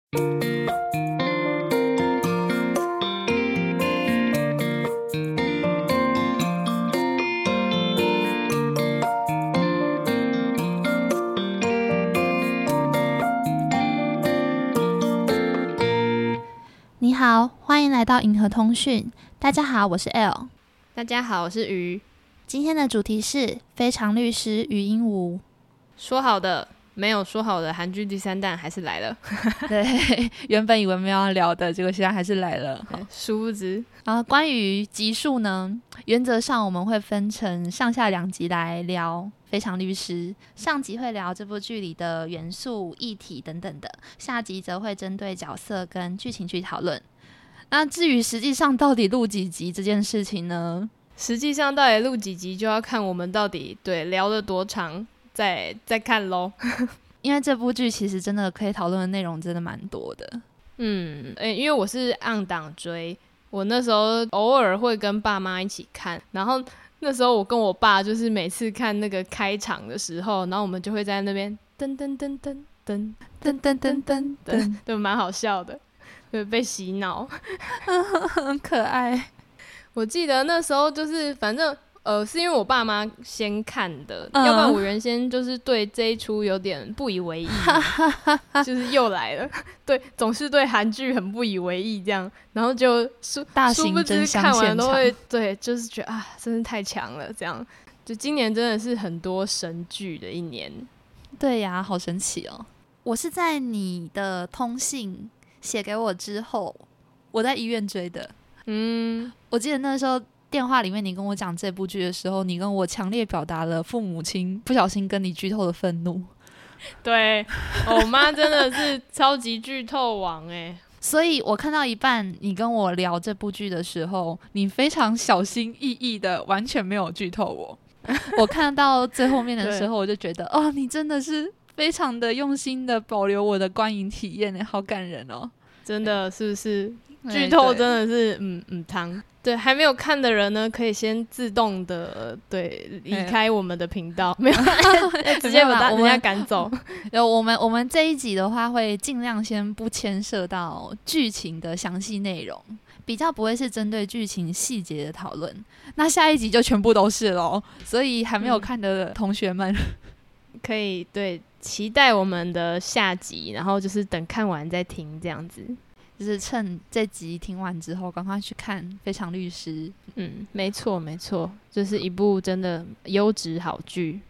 你好，欢迎来到银河通讯。大家好，我是 L。 大家好，我是鱼。 今天的主题是非常律师禹英禑。 说好的没有说好的韩剧第3弹还是来了。 对，原本以为没有要聊的，结果现在还是来了。 殊不知， 然后关于集数呢，原则上我们会分成上下2集来聊非常律师。上集会聊这部剧里的元素、议题等等的，下集则会针对角色跟剧情去讨论。那至于实际上到底录几集这件事情呢？ 实际上到底录几集就要看我们到底聊了多长，再看咯。 因为这部剧其实真的可以讨论的内容真的蛮多的。 因为我是按档追，我那时候偶尔会跟爸妈一起看，然后那时候我跟我爸就是每次看那个开场的时候，然后我们就会在那边噔噔噔噔噔噔噔噔噔噔，就蛮好笑的，对，被洗脑。 很可爱。 我记得那时候就是反正是因为我爸妈先看的，要不然我原先就是对这一出有点不以为意。就是又来了，对，总是对韩剧很不以为意这样，然后就大型真相看完都会对，就是觉得啊，真是太强了这样。就今年真的是很多神剧的一年。 对呀，好神奇哦！我是在你的通信写给我之后，我在医院追的。我记得那时候电话里面你跟我讲这部剧的时候，你跟我强烈表达了父母亲不小心跟你剧透的愤怒。 对，我妈真的是超级剧透王耶。 所以我看到一半你跟我聊这部剧的时候，你非常小心翼翼的完全没有剧透我。我看到最后面的时候，我就觉得哦，你真的是非常的用心的保留我的观影体验耶，好感人哦。 真的是不是剧透真的是汤。对，还没有看的人呢，可以先自动的离开我们的频道，没有直接把人家赶走。 我们这一集的话，会尽量先不牵涉到剧情的详细内容，比较不会是针对剧情细节的讨论。那下一集就全部都是咯，所以还没有看的同学们， 可以期待我们的下集，然后就是等看完再听这样子。 就是趁这集听完之后赶快去看《非常律师》。 没错没错，这是一部真的优质好剧。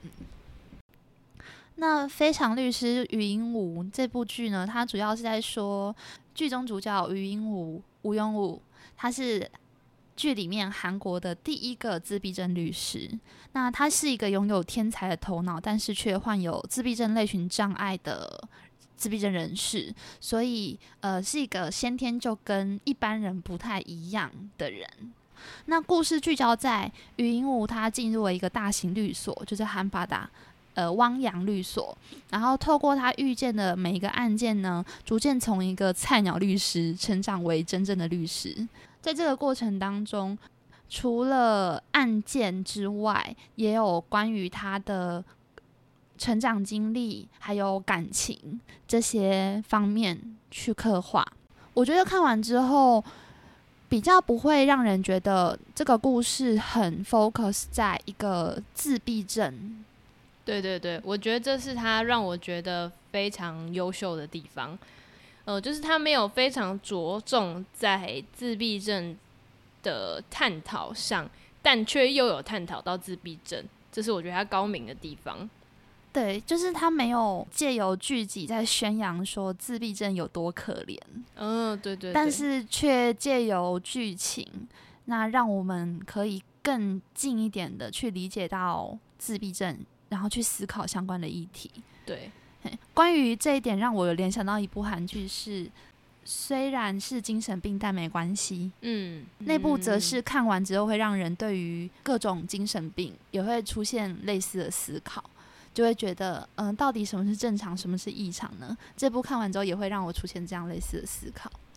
那《非常律师禹英禑》这部剧呢，它主要是在说剧中主角禹英禑吴庸武，他是剧里面韩国的第一个自闭症律师。那他是一个拥有天才的头脑，但是却患有自闭症类群障碍的自闭症人士，所以是一个先天就跟一般人不太一样的人。那故事聚焦在禹英禑他进入了一个大型律所，就是韩巴达汪洋律所，然后透过他遇见的每一个案件呢，逐渐从一个菜鸟律师成长为真正的律师。在这个过程当中，除了案件之外，也有关于他的成长经历还有感情这些方面去刻画。我觉得看完之后比较不会让人觉得这个故事很 focus 在一个自闭症。 对对对，我觉得这是他让我觉得非常优秀的地方。就是他没有非常着重在自闭症的探讨上，但却又有探讨到自闭症，这是我觉得他高明的地方。 对，就是他没有借由剧集在宣扬说自闭症有多可怜， 对对， 但是却借由剧情，那让我们可以更近一点的去理解到自闭症，然后去思考相关的议题。 对， 关于这一点，让我有联想到一部韩剧是虽然是精神病但没关系。那部则是看完之后会让人对于各种精神病也会出现类似的思考，就会觉得到底什么是正常，什么是异常呢？这部看完之后也会让我出现这样类似的思考。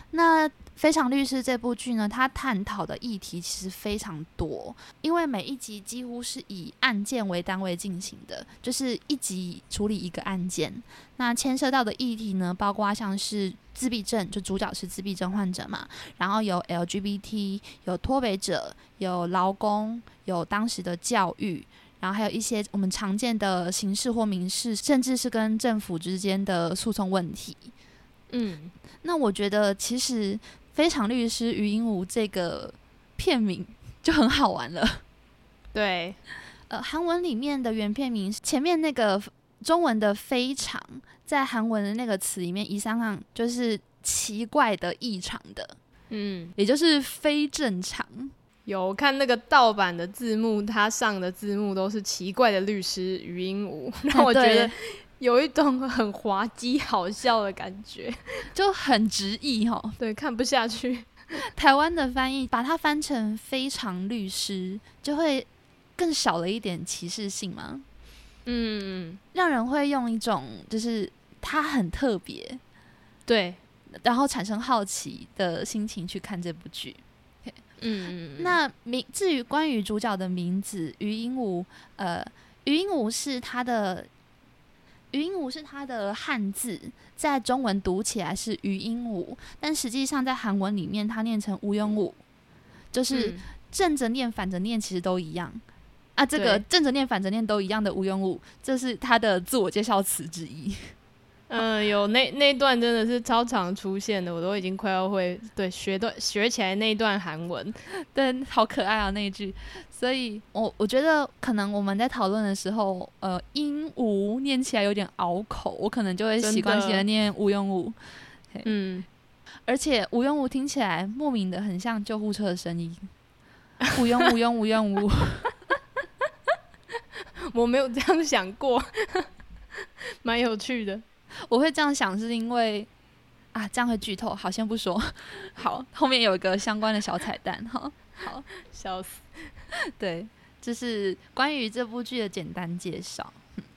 那《非常律师》这部剧呢，它探讨的议题其实非常多，因为每一集几乎是以案件为单位进行的，就是一集处理一个案件。那牵涉到的议题呢，包括像是自闭症，就主角是自闭症患者嘛，然后有 LGBT， 有脱北者，有劳工，有当时的教育，然后还有一些我们常见的刑事或民事，甚至是跟政府之间的诉讼问题。那我觉得其实《非常律师禹英禑》这个片名就很好玩了。 对， 韩文里面的原片名前面那个中文的非常，在韩文的那个词里面一上上就是奇怪的、异常的，也就是非正常。 有看那个盗版的字幕，他上的字幕都是奇怪的律师禹英禑，让我觉得有一种很滑稽好笑的感觉， 就很直译齁。 对，看不下去。 台湾的翻译把它翻成非常律师，就会更少了一点歧视性嘛。让人会用一种就是它很特别， 对， 然后产生好奇的心情去看这部剧。那至于关于主角的名字禹英禑，禹英禑是他的汉字，在中文读起来是禹英禑，但实际上在韩文里面它念成吴庸武，就是正着念反着念其实都一样啊。这个正着念反着念都一样的吴庸武，这是他的自我介绍词之一。 有那段真的是超常出现的，我都已经快要会学起来那一段韩文。 对，好可爱啊那一句。所以我觉得可能我们在讨论的时候，英吴念起来有点拗口，我可能就会习惯性的念吴庸武。而且吴庸武听起来莫名的很像救护车的声音，吴庸吴庸吴庸吴。 我没有这样想过，蛮有趣的。 我会这样想是因为这样会剧透，好先不说。好，后面有一个相关的小彩蛋哈。好， 笑死。 对，这是关于这部剧的简单介绍。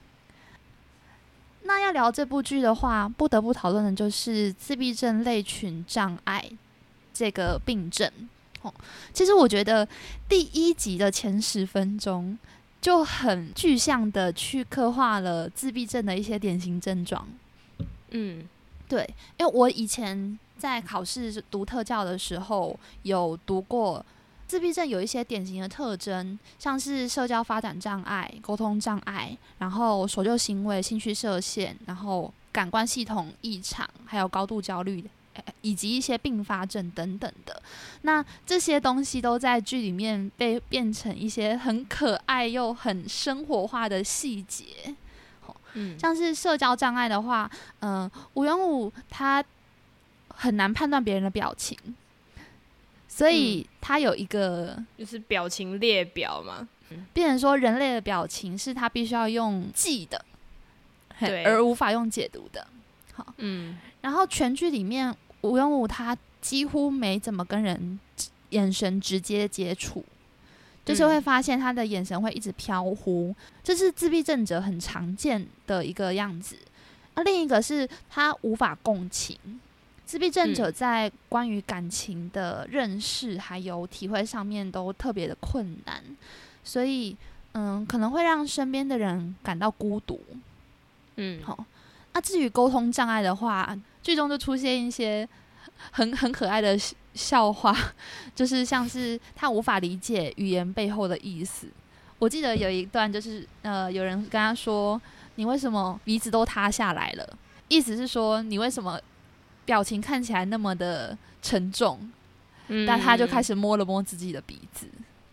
那要聊这部剧的话，不得不讨论的就是自闭症类群障碍这个病症。其实我觉得第一集的前10分钟就很具象的去刻画了自闭症的一些典型症状。对，因为我以前在考试读特教的时候有读过自闭症有一些典型的特征，像是社交发展障碍、沟通障碍，然后守旧行为、兴趣设限，然后感官系统异常，还有高度焦虑，以及一些并发症等等的。那这些东西都在剧里面被变成一些很可爱又很生活化的细节。像是社交障碍的话，吴庸武他很难判断别人的表情，所以他有一个就是表情列表嘛， 变成说人类的表情是他必须要用记的，而无法用解读的。好，然后全剧里面吴庸武他几乎没怎么跟人眼神直接接触，就是会发现他的眼神会一直飘忽，这是自闭症者很常见的一个样子。另一个是他无法共情，自闭症者在关于感情的认识还有体会上面都特别的困难，所以可能会让身边的人感到孤独。好，那至于沟通障碍的话，剧中就出现一些很可爱的笑话，就是像是他无法理解语言背后的意思。我记得有一段就是有人跟他说，你为什么鼻子都塌下来了，意思是说你为什么表情看起来那么的沉重，但他就开始摸了摸自己的鼻子。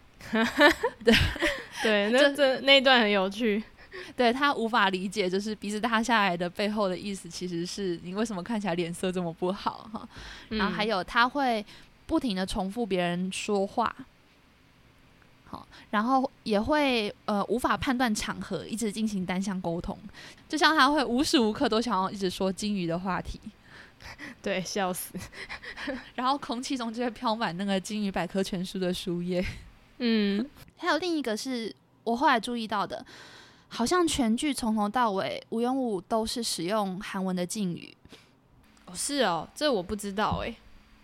对，那一段很有趣。 对，他无法理解，就是鼻子塌下来的背后的意思，其实是你为什么看起来脸色这么不好哈。然后还有他会不停的重复别人说话，好，然后也会无法判断场合，一直进行单向沟通，就像他会无时无刻都想要一直说金鱼的话题。 对，笑死。 然后空气中就会飘满那个金鱼百科全书的书页。还有另一个是我后来注意到的，好像全剧从头到尾吴庸武都是使用韩文的敬语。 是哦，这我不知道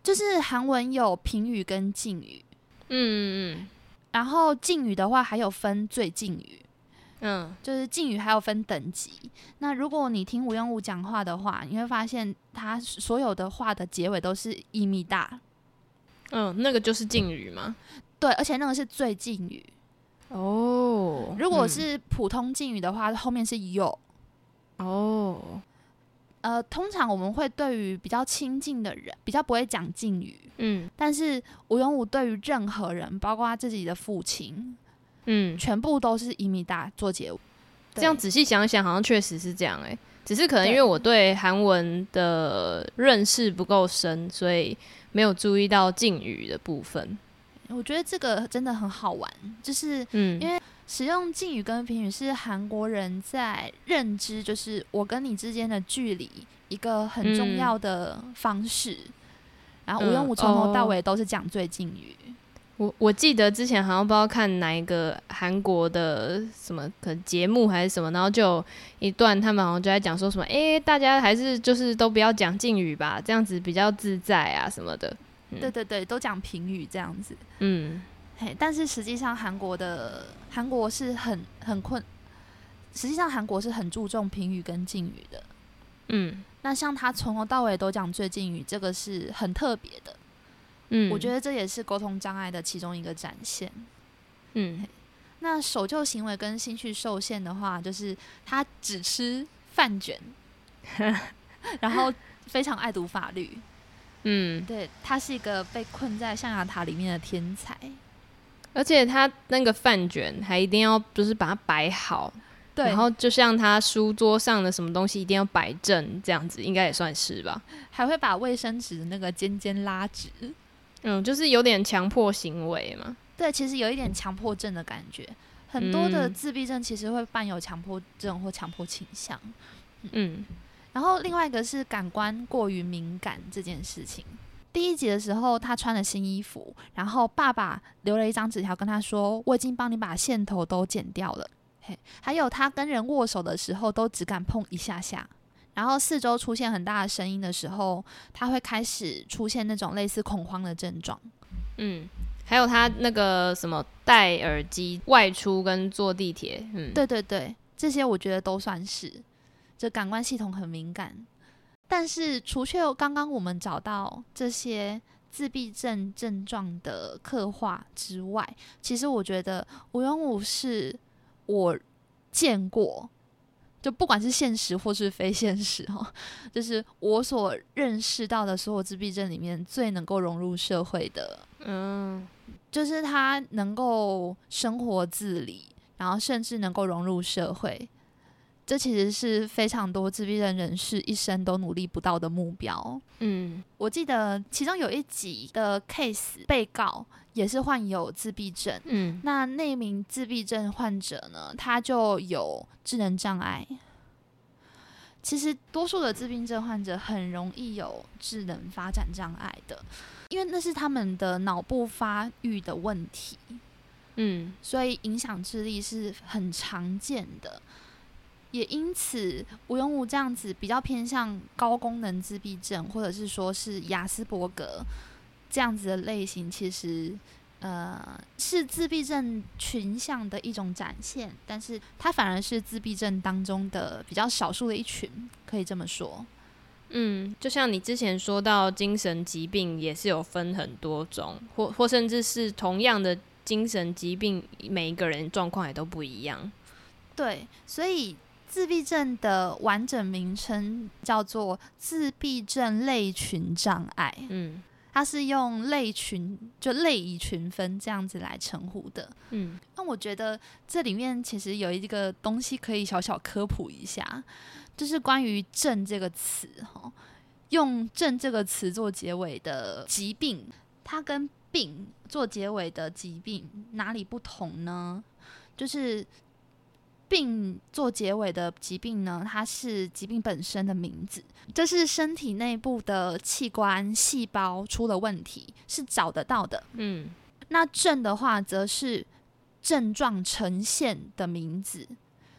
就是韩文有平语跟敬语，然后敬语的话还有分最敬语，就是敬语还有分等级。那如果你听吴庸武讲话的话，你会发现他所有的话的结尾都是伊米大， 那个就是敬语吗？ 对，而且那个是最敬语。如果是普通敬语的话，后面是有。通常我们会对于比较亲近的人比较不会讲敬语，但是吴庸武对于任何人，包括他自己的父亲，全部都是伊米大做结尾。 这样仔细想一想，好像确实是这样只是可能因为我对韩文的认识不够深，所以没有注意到敬语的部分。 我觉得这个真的很好玩，就是因为使用敬语跟平语是韩国人在认知就是我跟你之间的距离一个很重要的方式，然后吴庸武从头到尾都是讲最敬语。 我记得之前好像不知道看哪一个韩国的什么可能节目还是什么，然后就有一段他们好像就在讲说什么大家还是就是都不要讲敬语吧，这样子比较自在啊什么的。 对对对，都讲平语这样子。但是实际上韩国是很困，实际上韩国是很注重平语跟敬语的。那像他从头到尾都讲最敬语，这个是很特别的。我觉得这也是沟通障碍的其中一个展现。那守旧行为跟兴趣受限的话，就是他只吃饭卷，然后非常爱读法律。对，他是一个被困在象牙塔里面的天才， 而且他那个饭卷还一定要就是把它摆好， 对， 然后就像他书桌上的什么东西一定要摆正，这样子应该也算是吧。 还会把卫生纸的那个尖尖拉直， 就是有点强迫行为嘛。 对，其实有一点强迫症的感觉。很多的自闭症其实会伴有强迫症或强迫倾向。然后另外一个是感官过于敏感这件事情。第一集的时候，他穿了新衣服，然后爸爸留了一张纸条跟他说：“我已经帮你把线头都剪掉了。”还有他跟人握手的时候都只敢碰一下下。然后四周出现很大的声音的时候，他会开始出现那种类似恐慌的症状。 还有他那个什么戴耳机外出跟坐地铁， 对对对，这些我觉得都算是。这感官系统很敏感，但是除却刚刚我们找到这些自闭症症状的刻画之外，其实我觉得吴庸武是我见过，就不管是现实或是非现实就是我所认识到的所有自闭症里面最能够融入社会的。就是他能够生活自理，然后甚至能够融入社会。这其实是非常多自闭症人士一生都努力不到的目标。我记得其中有一集的 case 被告也是患有自闭症。那名自闭症患者呢，他就有智能障碍。其实多数的自闭症患者很容易有智能发展障碍的，因为那是他们的脑部发育的问题。所以影响智力是很常见的。也因此吴庸武这样子比较偏向高功能自闭症，或者是说是亚斯伯格这样子的类型，其实是自闭症群像的一种展现，但是它反而是自闭症当中的比较少数的一群，可以这么说。 就像你之前说到精神疾病也是有分很多种，或甚至是同样的精神疾病，每一个人状况也都不一样。对， 所以自闭症的完整名称叫做自闭症类群障碍。它是用类群，就类以群分这样子来称呼的。那我觉得这里面其实有一个东西可以小小科普一下，就是关于症这个词，用症这个词做结尾的疾病，它跟病做结尾的疾病哪里不同呢？就是病做结尾的疾病呢，它是疾病本身的名字，这是身体内部的器官细胞出了问题，是找得到的。那症的话则是症状呈现的名字，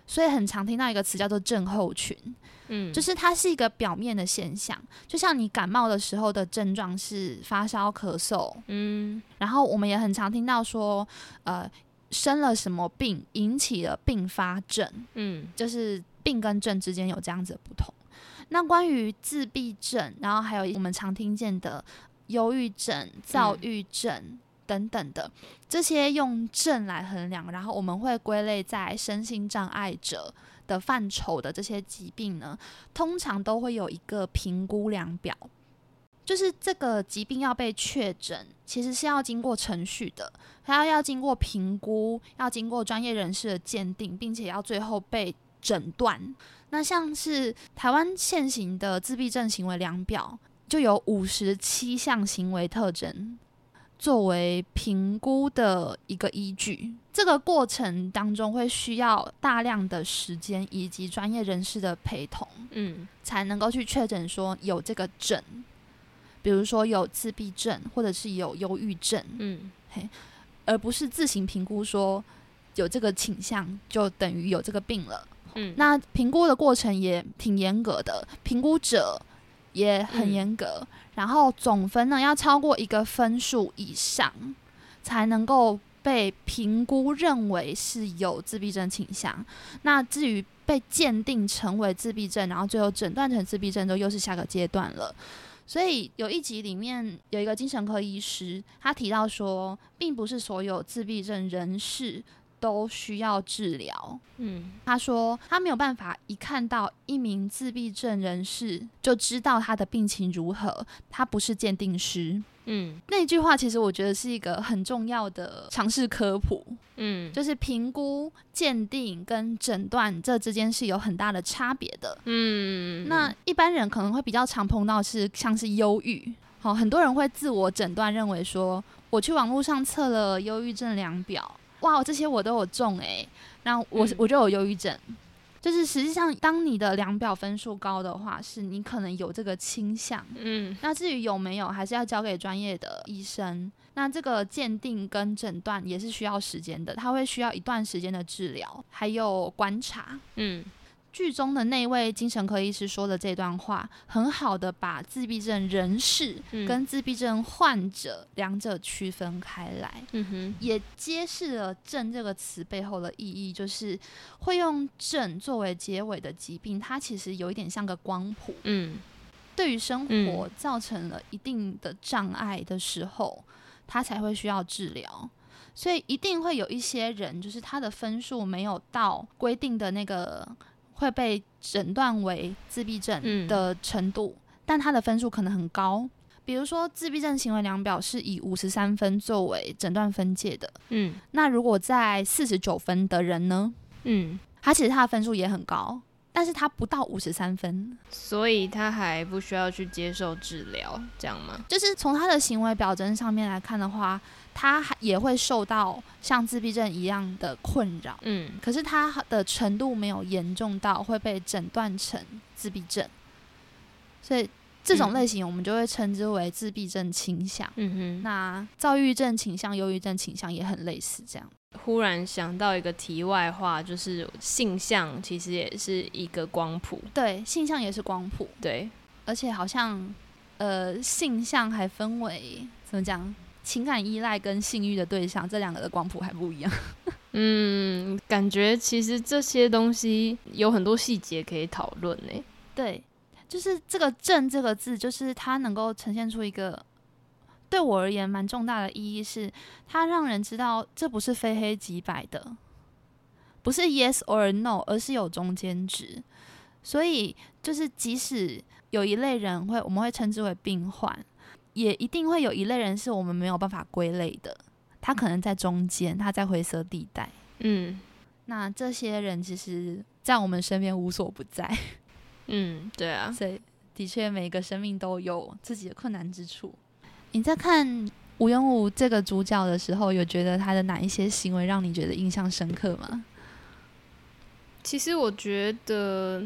所以很常听到一个词叫做症候群，就是它是一个表面的现象，就像你感冒的时候的症状是发烧、咳嗽，然后我们也很常听到说，生了什么病引起了并发症，就是病跟症之间有这样子的不同。那关于自闭症，然后还有我们常听见的忧郁症、躁郁症等等的，这些用症来衡量，然后我们会归类在身心障碍者的范畴的这些疾病呢，通常都会有一个评估量表，就是这个疾病要被确诊，其实是要经过程序的，它要经过评估，要经过专业人士的鉴定，并且要最后被诊断。那像是台湾现行的自闭症行为量表，就有57项行为特征作为评估的一个依据。这个过程当中会需要大量的时间以及专业人士的陪同，才能够去确诊说有这个症，比如说有自闭症或者是有忧郁症，而不是自行评估说有这个倾向就等于有这个病了。那评估的过程也挺严格的，评估者也很严格，然后总分呢要超过一个分数以上，才能够被评估认为是有自闭症倾向。那至于被鉴定成为自闭症，然后最后诊断成自闭症，就又是下个阶段了。所以有一集里面有一个精神科医师，他提到说，并不是所有自闭症人士都需要治疗。他说他没有办法一看到一名自闭症人士就知道他的病情如何，他不是鉴定师。那句话其实我觉得是一个很重要的常识科普。就是评估、鉴定跟诊断这之间是有很大的差别的。那一般人可能会比较常碰到是像是忧郁，很多人会自我诊断认为说，我去网络上测了忧郁症量表，哇，这些我都有中那我就有忧郁症。就是实际上当你的量表分数高的话，是你可能有这个倾向。那至于有没有，还是要交给专业的医生。那这个鉴定跟诊断也是需要时间的，它会需要一段时间的治疗还有观察。剧中的那位精神科医师说的这段话，很好的把自闭症人士跟自闭症患者两者区分开来，也揭示了症这个词背后的意义，就是会用症作为结尾的疾病，它其实有一点像个光谱。对于生活造成了一定的障碍的时候，他才会需要治疗。所以一定会有一些人，就是他的分数没有到规定的那个会被诊断为自闭症的程度，但他的分数可能很高。比如说自闭症行为量表是以53分作为诊断分界的，那如果在49分的人呢，他其实他的分数也很高，但是他不到53分， 所以他还不需要去接受治疗，这样吗？ 就是从他的行为表征上面来看的话，他也会受到像自闭症一样的困扰，可是他的程度没有严重到会被诊断成自闭症，所以这种类型我们就会称之为自闭症倾向。那躁郁症倾向、忧郁症倾向也很类似这样。 忽然想到一个题外话，就是性向其实也是一个光谱。 对，性向也是光谱。 对， 而且好像性向还分为怎么讲，情感依赖跟性欲的对象，这两个的光谱还不一样。 感觉其实这些东西有很多细节可以讨论呢。 对，就是这个症这个字，就是它能够呈现出一个对我而言蛮重大的意义，是它让人知道这不是非黑即白的，不是 yes or no， 而是有中间值。所以就是即使有一类人我们会称之为病患，也一定会有一类人是我们没有办法归类的，他可能在中间，他在灰色地带。那这些人其实在我们身边无所不在。 对啊， 所以的确每个生命都有自己的困难之处。你在看吴庸武这个主角的时候，有觉得他的哪一些行为让你觉得印象深刻吗？ 其实我觉得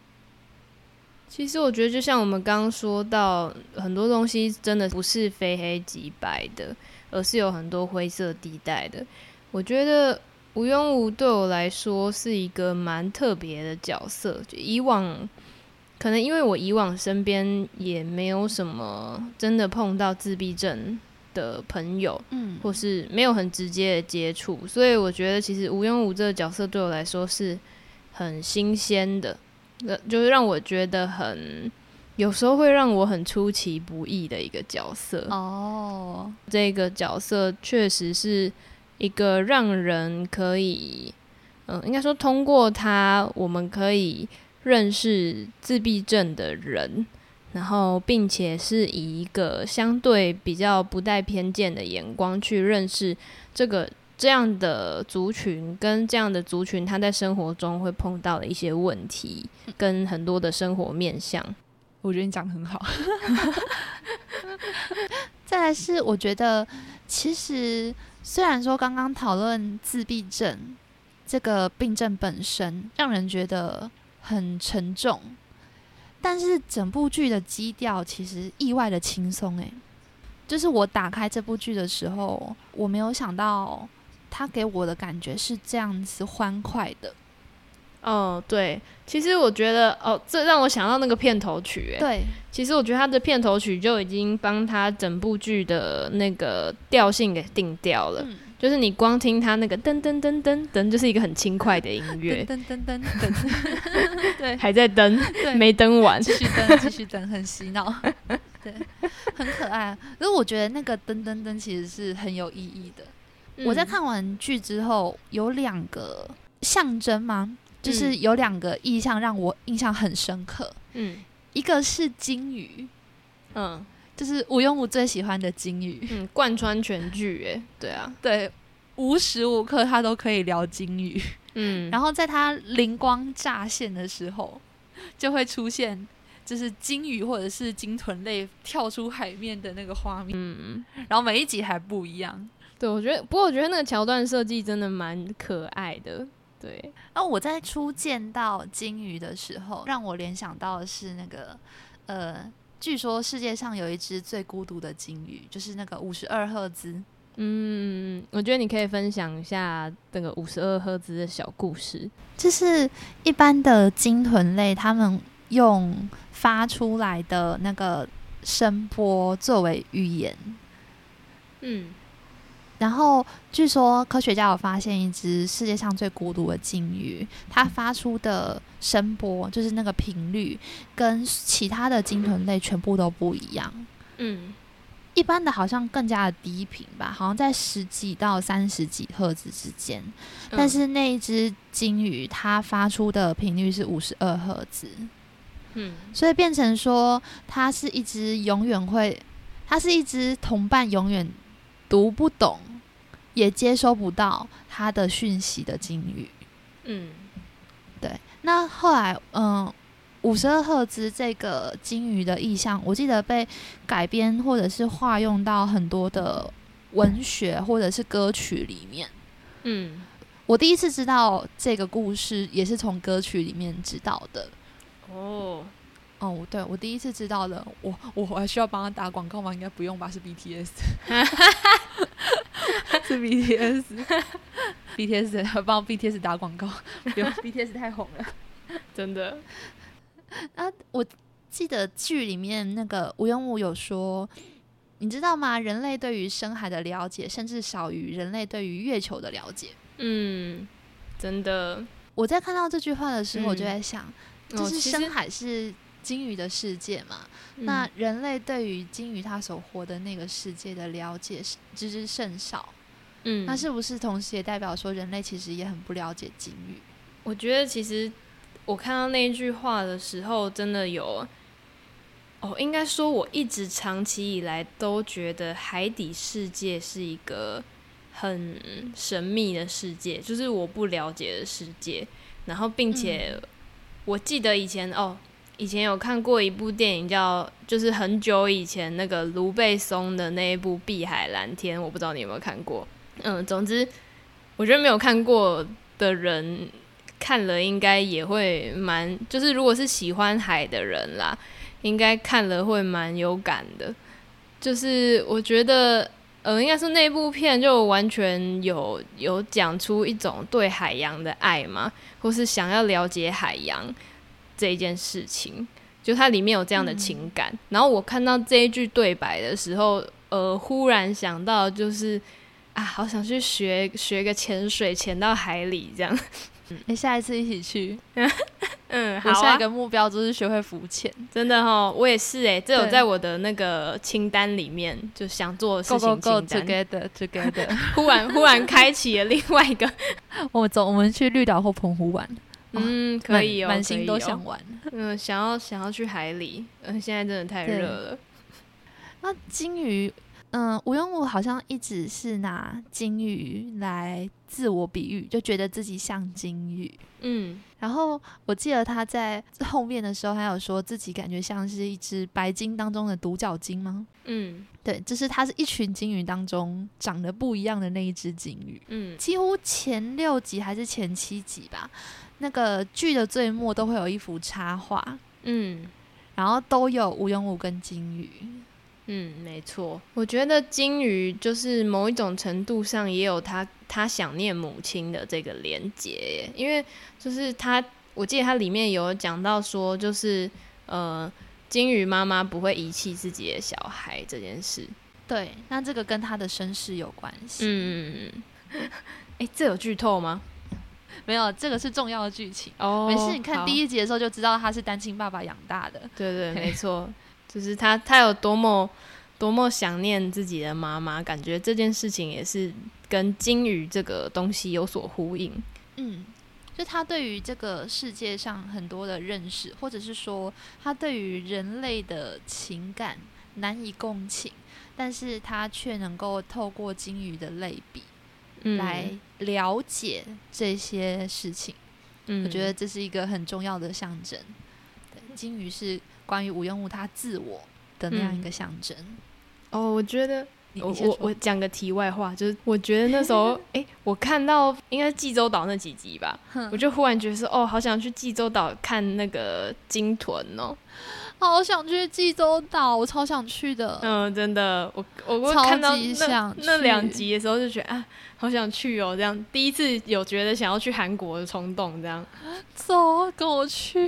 就像我们刚刚说到，很多东西真的不是非黑即白的，而是有很多灰色地带的。我觉得吴庸武对我来说是一个蛮特别的角色，就以往可能因为我以往身边也没有什么真的碰到自闭症的朋友，或是没有很直接的接触，所以我觉得其实吴庸武这个角色对我来说是很新鲜的，就是让我觉得有时候会让我很出其不意的一个角色。这个角色确实是一个让人可以应该说通过他我们可以认识自闭症的人，然后并且是以一个相对比较不带偏见的眼光去认识这样的族群，跟这样的族群他在生活中会碰到的一些问题，跟很多的生活面向。 我觉得你讲得很好。 再来是我觉得其实虽然说刚刚讨论自闭症这个病症本身让人觉得很沉重，但是整部剧的基调其实意外的轻松就是我打开这部剧的时候，我没有想到它给我的感觉是这样子欢快的。 对，其实我觉得这让我想到那个片头曲对， 其实我觉得他的片头曲就已经帮他整部剧的那个调性给定调了，就是你光听他那个噔噔噔噔噔，就是一个很轻快的音乐， 噔噔噔噔噔，对， 还在登，没登完， 继续登，继续登，很洗脑，对，很可爱。可是我觉得那个噔噔噔其实是很有意义的。我在看完剧之后，有2个象征吗？就是有2个意象让我印象很深刻。一个是金鱼，就是吴庸武最喜欢的金鱼， 贯穿全剧对啊， 对，无时无刻他都可以聊金鱼，然后在他灵光乍现的时候，就会出现就是金鱼或者是鲸豚类跳出海面的那个画面，然后每一集还不一样。 对，不过我觉得那个桥段设计真的蛮可爱的。对， 然后我在初见到金鱼的时候，让我联想到的是那个据说世界上有一只最孤独的金鱼，就是那个52赫兹。 我觉得你可以分享一下那个52赫兹的小故事。 就是一般的鲸豚类，他们用发出来的那个声波作为语言。然后据说科学家有发现一只世界上最孤独的鲸鱼，它发出的声波就是那个频率跟其他的鲸豚类全部都不一样。一般的好像更加的低频吧，好像在10几到30几赫兹之间，但是那一只鲸鱼它发出的频率是52赫兹。所以变成说它是一只同伴永远读不懂也接收不到他的讯息的鲸鱼。对。那后来52赫兹这个鲸鱼的意象，我记得被改编或者是化用到很多的文学或者是歌曲里面。我第一次知道这个故事也是从歌曲里面知道的。对，我第一次知道的。我还需要帮他打广告吗？应该不用吧，是 BTS。是 BTS 帮 BTS 打广告，不用BTS 太红了， 真的。 我记得剧里面那个吴庸武有说，你知道吗？人类对于深海的了解，甚至少于人类对于月球的了解。 真的。 我在看到这句话的时候，我就在想，就是深海是鲸鱼的世界嘛，那人类对于鲸鱼它所活的那个世界的了解知之甚少。那是不是同时也代表说人类其实也很不了解鲸鱼？ 我觉得其实我看到那一句话的时候，真的有应该说我一直长期以来都觉得海底世界是一个很神秘的世界，就是我不了解的世界。然后并且我记得以前有看过一部电影就是很久以前那个卢贝松的那一部《碧海蓝天》，我不知道你有没有看过。总之我觉得没有看过的人看了应该也会就是如果是喜欢海的人啦，应该看了会蛮有感的。就是我觉得应该是那部片就完全有讲出一种对海洋的爱嘛，或是想要了解海洋这一件事情，就它里面有这样的情感。然后我看到这一句对白的时候，忽然想到就是好想去学个潜水，潜到海里这样。 下一次一起去。 好啊。 我下一个目标就是学会浮潜。 真的我也是这有在我的那个清单里面，就想做的事情清单。 Go together 忽然开启了另外一个。 我们去绿岛或澎湖玩。 可以满心都想玩。 想要去海里。现在真的太热了。 那金鱼。吴庸武好像一直是拿金鱼来自我比喻，就觉得自己像金鱼。然后我记得他在后面的时候还有说自己感觉像是一只白鲸当中的独角鲸吗？对，就是他是一群金鱼当中长得不一样的那一只金鱼。几乎前6集还是前7集吧，那个剧的最末都会有一幅插画。然后都有吴庸武跟金鱼。 没错，我觉得金鱼就是某一种程度上也有他想念母亲的这个连结耶，因为就是我记得他里面有讲到说，就是金鱼妈妈不会遗弃自己的小孩这件事。 对，那这个跟他的身世有关系。 这有剧透吗？ 没有，这个是重要的剧情。 没事，你看第1集的时候就知道他是单亲爸爸养大的。 对，没错。就是他有多么想念自己的妈妈，感觉这件事情也是跟金鱼这个东西有所呼应。 就他对于这个世界上很多的认识，或者是说他对于人类的情感难以共情，但是他却能够透过金鱼的类比来了解这些事情。我觉得这是一个很重要的象征。金鱼是关于吴庸武他自我的那样一个象征。 我觉得我讲个题外话，就是我觉得那时候我看到应该济州岛那几集吧，我就忽然觉得说好想去济州岛看那个鲸豚好想去济州岛，我超想去的。 真的，我看到那2集的时候就觉得好想去这样第一次有觉得想要去韩国的冲动，这样走，跟我去。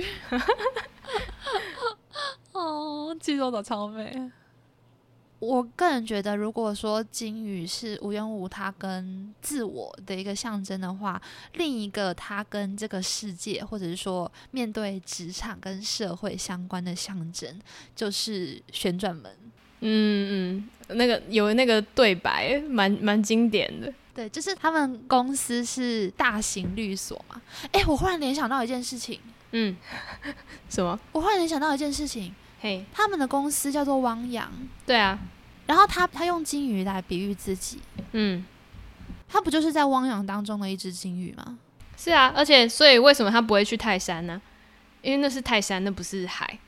济州岛超美。我个人觉得，如果说金鱼是吴庸武他跟自我的一个象征的话，另一个他跟这个世界，或者是说面对职场跟社会相关的象征，就是旋转门。 那个有那个对白，蛮经典的。 对，就是他们公司是大型律所嘛。我忽然联想到一件事情。 什么？ 我忽然联想到一件事情。他们的公司叫做汪洋。 对啊。 然后他用金鱼来比喻自己。他不就是在汪洋当中的一只金鱼吗？ 是啊，而且所以为什么他不会去泰山呢？因为那是泰山，那不是海。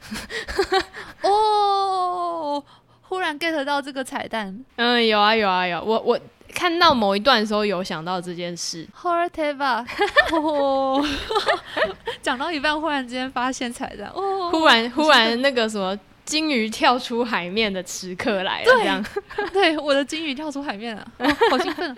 忽然 get 到这个彩蛋。 有啊，我看到某一段的时候有想到这件事。 讲到一半忽然之间发现彩蛋。 忽然那个什么金鱼跳出海面的时刻来了，这样。 对，我的金鱼跳出海面了。好兴奋。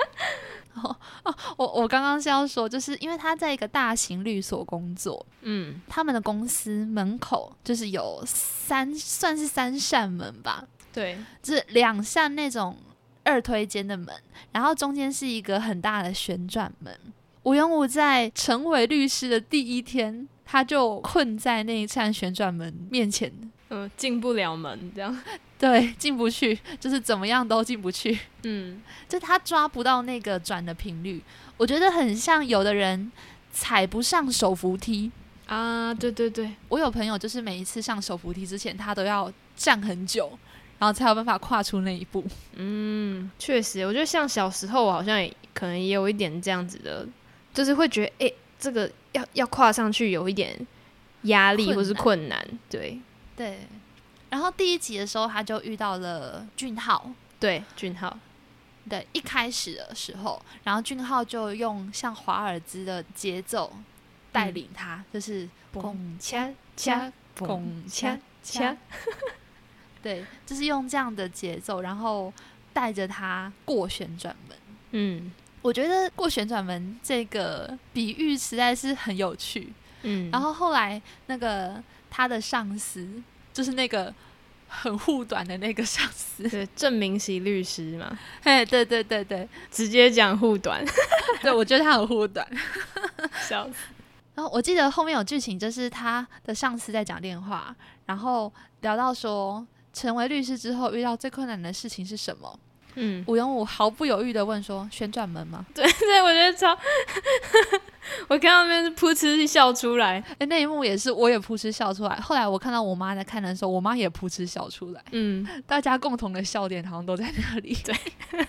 我刚刚是要说，就是因为他在一个大型律所工作。他们的公司门口就是有算是3扇门吧。 对， 就是2扇那种2推间的门，然后中间是一个很大的旋转门。吴庸武在成为律师的第1天，他就困在那一扇旋转门面前。 进不了门这样。 对，进不去，就是怎么样都进不去。就他抓不到那个转的频率。我觉得很像有的人踩不上手扶梯啊。对， 我有朋友就是每一次上手扶梯之前，他都要站很久，然后才有办法跨出那一步。 确实，我觉得像小时候我好像可能也有一点这样子的，就是会觉得这个要跨上去有一点压力或是困难。对。 然后第1集的时候他就遇到了俊浩。 对，俊浩。 对，一开始的时候，然后俊浩就用像华尔兹的节奏带领他，就是嘣恰恰嘣恰恰。 对，就是用这样的节奏，然后带着他过旋转门。 嗯我觉得过旋转门这个比喻实在是很有趣。然后后来那个他的上司就是那个很护短的那个上司， 对，郑明熙律师嘛， 嘿，对对对对， 直接讲护短， 对，我觉得他很护短， 笑死。 然后我记得后面有剧情，就是他的上司在讲电话，然后聊到说成为律师之后遇到最困难的事情是什么。吴永武毫不犹豫的问说：“旋转门吗？” 对对，我觉得超，我看到那边是噗嗤笑出来。 那一幕也是，我也噗嗤笑出来。后来我看到我妈在看的时候，我妈也噗嗤笑出来。大家共同的笑点好像都在那里。 对。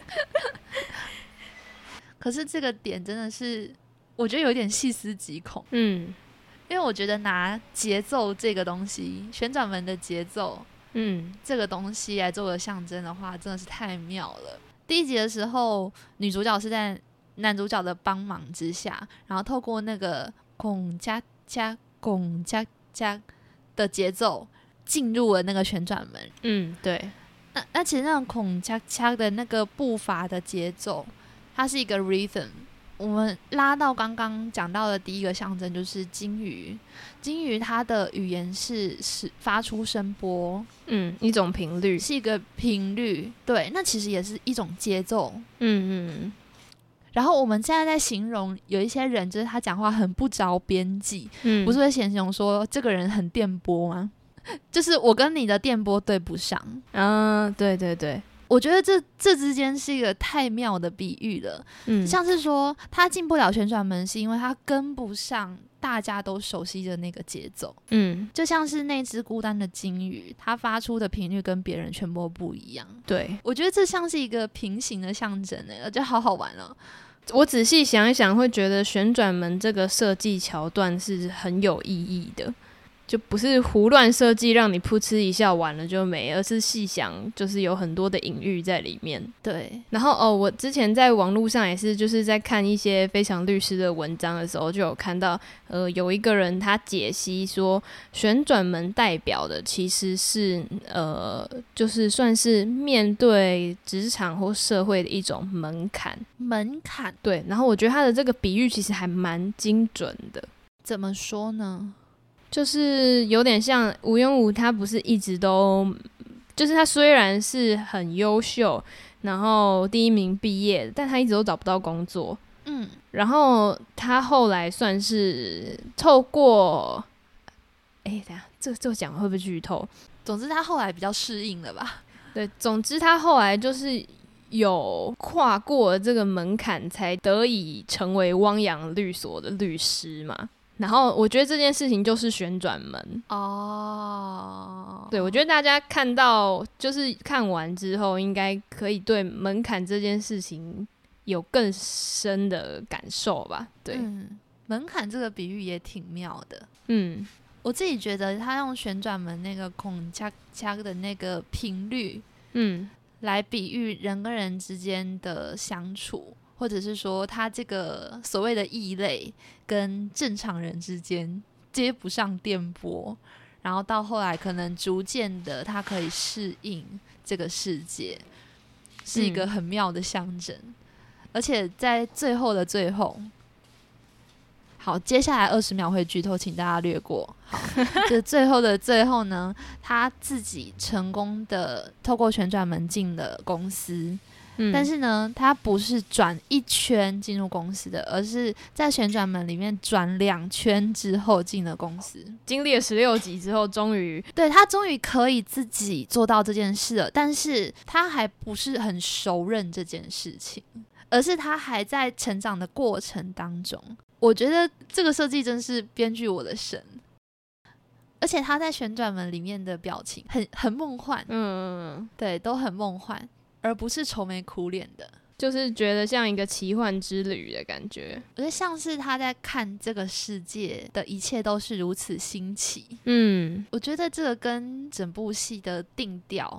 可是这个点真的是，我觉得有点细思极恐。因为我觉得拿节奏这个东西，旋转门的节奏。这个东西来做个象征的话，真的是太妙了。第一集的时候，女主角是在男主角的帮忙之下，然后透过那个拱加加拱加加的节奏进入了那个旋转门。 对。 那其实那种拱加加的那个步伐的节奏，它是一个 rhythm。我们拉到刚刚讲到的第一个象征就是金鱼，金鱼它的语言是发出声波， 一种频率， 是一个频率，对，那其实也是一种节奏。然后我们现在在形容有一些人，就是他讲话很不着边际，不是会形容说这个人很电波吗？就是我跟你的电波对不上。 对对对。 我觉得这之间是一个太妙的比喻了。像是说他进不了旋转门是因为他跟不上大家都熟悉的那个节奏。就像是那只孤单的金鱼，它发出的频率跟别人全部不一样。 对， 我觉得这像是一个平行的象征，我觉得好好玩哦。 我仔细想一想，会觉得旋转门这个设计桥段是很有意义的。就不是胡乱设计让你噗嗤一笑完了就没，而是细想就是有很多的隐喻在里面。 对， 然后我之前在网络上也是就是在看一些非常律师的文章的时候，就有看到有一个人他解析说旋转门代表的其实是就是算是面对职场或社会的一种门槛。对，然后我觉得他的这个比喻其实还蛮精准的。 怎么说呢？ 就是有点像吴永武，他不是一直都，就是他虽然是很优秀，然后第一名毕业，但他一直都找不到工作。然后他后来算是透过，等一下，这讲会不会剧透？ 总之他后来比较适应了吧？ 对，总之他后来就是有跨过这个门槛，才得以成为汪洋律所的律师嘛。然后我觉得这件事情就是旋转门。对，我觉得大家看到就是看完之后应该可以对门槛这件事情有更深的感受吧。对， 门槛这个比喻也挺妙的。我自己觉得他用旋转门那个孔恰恰的那个频率来比喻人跟人之间的相处，或者是说他这个所谓的异类跟正常人之间接不上电波，然后到后来可能逐渐的他可以适应这个世界，是一个很妙的象征。而且在最后的最后，好，接下来20秒会剧透，请大家略过。好，就最后的最后呢，他自己成功的透过旋转门进了公司。但是呢，他不是转一圈进入公司的，而是在旋转门里面转2圈之后进了公司。 经历了16集之后，终于可以自己做到这件事了，但是他还不是很熟认这件事情，而是他还在成长的过程当中。我觉得这个设计真是编剧我的神，而且他在旋转门里面的表情很梦幻。对，都很梦幻，而不是愁眉苦脸的， 就是觉得像一个奇幻之旅的感觉。 我觉得像是他在看这个世界的一切都是如此新奇。我觉得这个跟整部戏的定调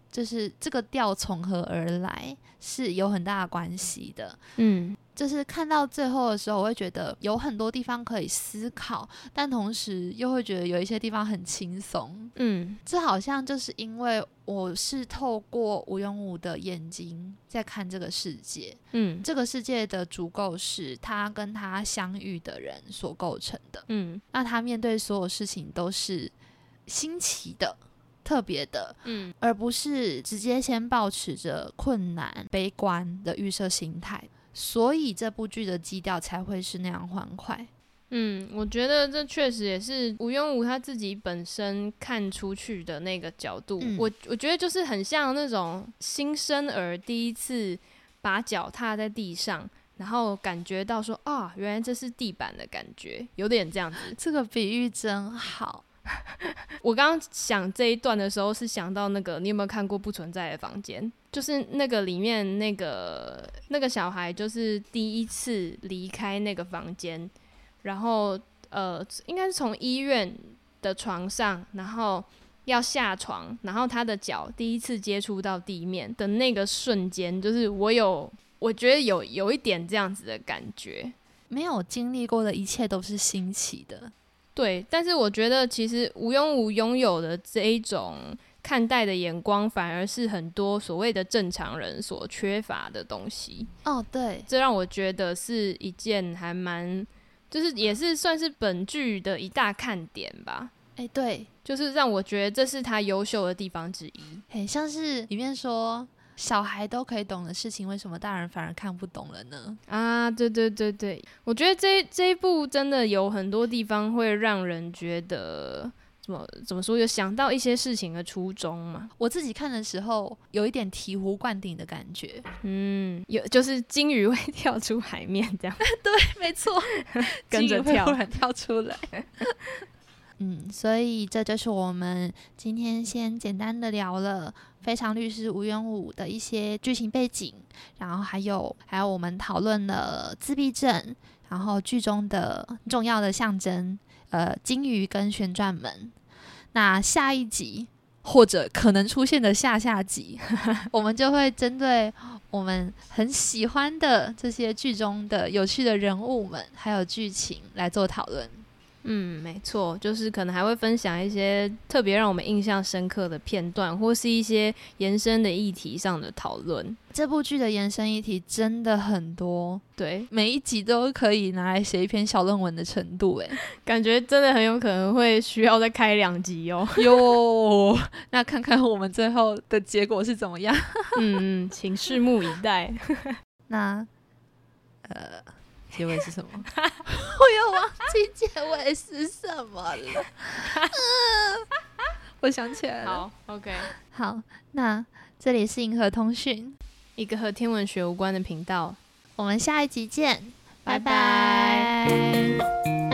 就是这个调从何而来是有很大的关系的。就是看到最后的时候，我会觉得有很多地方可以思考，但同时又会觉得有一些地方很轻松。这好像就是因为我是透过吴庸武的眼睛在看这个世界。这个世界的主构是他跟他相遇的人所构成的。那他面对所有事情都是新奇的、特别的，而不是直接先抱持着困难、悲观的预设心态。所以这部剧的基调才会是那样欢快。 我觉得这确实也是吴庸武他自己本身看出去的那个角度。我觉得就是很像那种新生儿第一次把脚踏在地上，然后感觉到说啊，原来这是地板的感觉，有点这样子。 这个比喻真好。 我刚刚想这一段的时候是想到那个，你有没有看过《不存在的房间》？就是那个里面那个小孩就是第一次离开那个房间，然后应该是从医院的床上，然后要下床，然后他的脚第一次接触到地面的那个瞬间，就是我觉得有一点这样子的感觉。 没有经历过的一切都是新奇的。 对，但是我觉得其实吴庸武拥有的这一种看待的眼光，反而是很多所谓的正常人所缺乏的东西。 对， 这让我觉得是一件还蛮，就是也是算是本剧的一大看点吧。 对， 就是让我觉得这是他优秀的地方之一。 像是里面说小孩都可以懂的事情，为什么大人反而看不懂了呢？ 对对对对，我觉得这一部真的有很多地方会让人觉得怎么说，有想到一些事情的初衷嘛。 我自己看的时候有一点醍醐灌顶的感觉。 有就是金鱼会跳出海面这样。 对，没错， 跟着跳， 金鱼会忽然跳出来。所以这就是我们今天先简单的聊了非常律师吴庸武的一些剧情背景，然后还有我们讨论了自闭症，然后剧中的重要的象征金鱼跟旋转门。那下一集或者可能出现的下集我们就会针对我们很喜欢的这些剧中的有趣的人物们还有剧情来做讨论。 没错，就是可能还会分享一些特别让我们印象深刻的片段，或是一些延伸的议题上的讨论。 这部剧的延伸议题真的很多， 对， 每一集都可以拿来写一篇小论文的程度。 感觉真的很有可能会需要再开2集哦。 哟，那看看我们最后的结果是怎么样。 请拭目以待。 那结尾是什么？我又忘记结尾是什么了。我想起来了。 好 ，OK， 好，那这里是银河通讯， 一个和天文学无关的频道。 我们下一集见，拜拜拜。